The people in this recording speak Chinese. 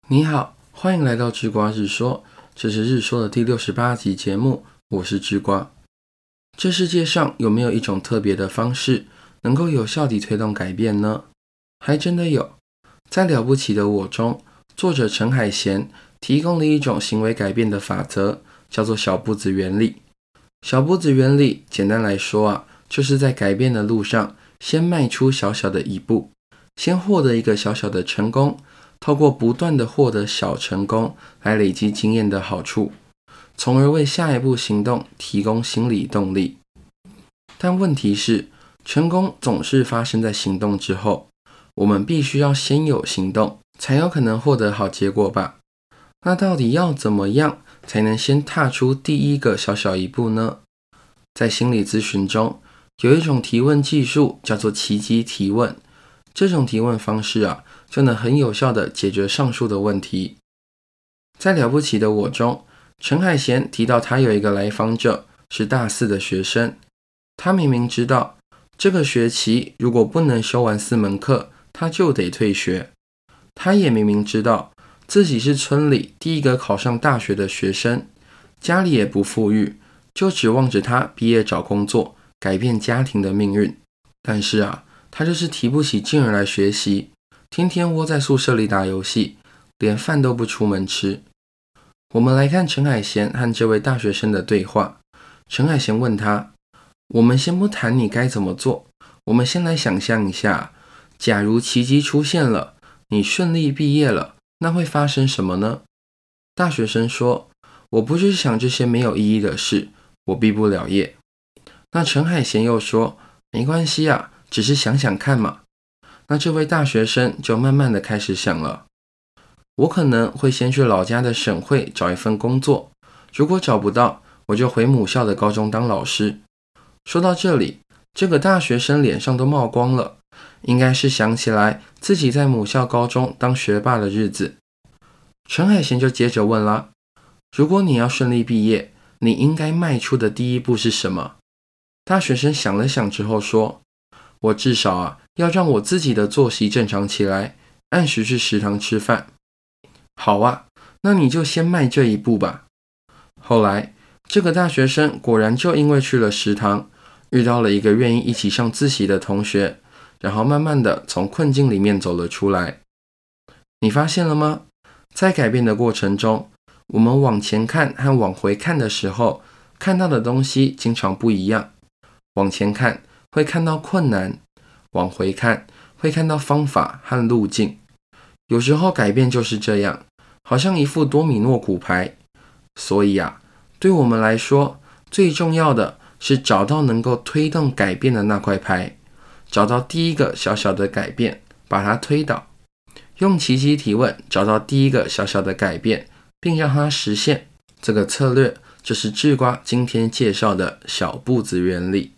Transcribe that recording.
你好，欢迎来到智瓜日说，这是日说的第68集节目，我是智瓜。这世界上有没有一种特别的方式，能够有效地推动改变呢？还真的有。在了不起的我中，作者陈海贤提供了一种行为改变的法则，叫做小步子原理。小步子原理简单来说就是在改变的路上，先迈出小小的一步，先获得一个小小的成功，透过不断的获得小成功来累积经验的好处，从而为下一步行动提供心理动力。但问题是，成功总是发生在行动之后，我们必须要先有行动，才有可能获得好结果吧？那到底要怎么样才能先踏出第一个小小一步呢？在心理咨询中，有一种提问技术叫做奇迹提问，这种提问方式就能很有效地解决上述的问题。在了不起的我中，陈海贤提到他有一个来访者是大4的学生，他明明知道这个学期如果不能修完4门课，他就得退学。他也明明知道自己是村里第一个考上大学的学生，家里也不富裕，就指望着他毕业找工作，改变家庭的命运。但是他就是提不起劲儿来学习，天天窝在宿舍里打游戏，连饭都不出门吃。我们来看陈海贤和这位大学生的对话。陈海贤问他，我们先不谈你该怎么做，我们先来想象一下，假如奇迹出现了，你顺利毕业了，那会发生什么呢？大学生说，我不是想这些没有意义的事，我毕不了业。那陈海贤又说，没关系只是想想看嘛。那这位大学生就慢慢的开始想了，我可能会先去老家的省会找一份工作，如果找不到，我就回母校的高中当老师。说到这里，这个大学生脸上都冒光了，应该是想起来自己在母校高中当学霸的日子。陈海贤就接着问啦，如果你要顺利毕业，你应该迈出的第一步是什么？大学生想了想之后说，我至少要让我自己的作息正常起来，按时去食堂吃饭。好那你就先迈这一步吧。后来这个大学生果然就因为去了食堂，遇到了一个愿意一起上自习的同学，然后慢慢的从困境里面走了出来。你发现了吗？在改变的过程中，我们往前看和往回看的时候，看到的东西经常不一样。往前看会看到困难，往回看会看到方法和路径。有时候改变就是这样，好像一副多米诺骨牌。所以对我们来说，最重要的是找到能够推动改变的那块牌，找到第一个小小的改变，把它推倒。用奇迹提问找到第一个小小的改变，并让它实现。这个策略就是智瓜今天介绍的小步子原理。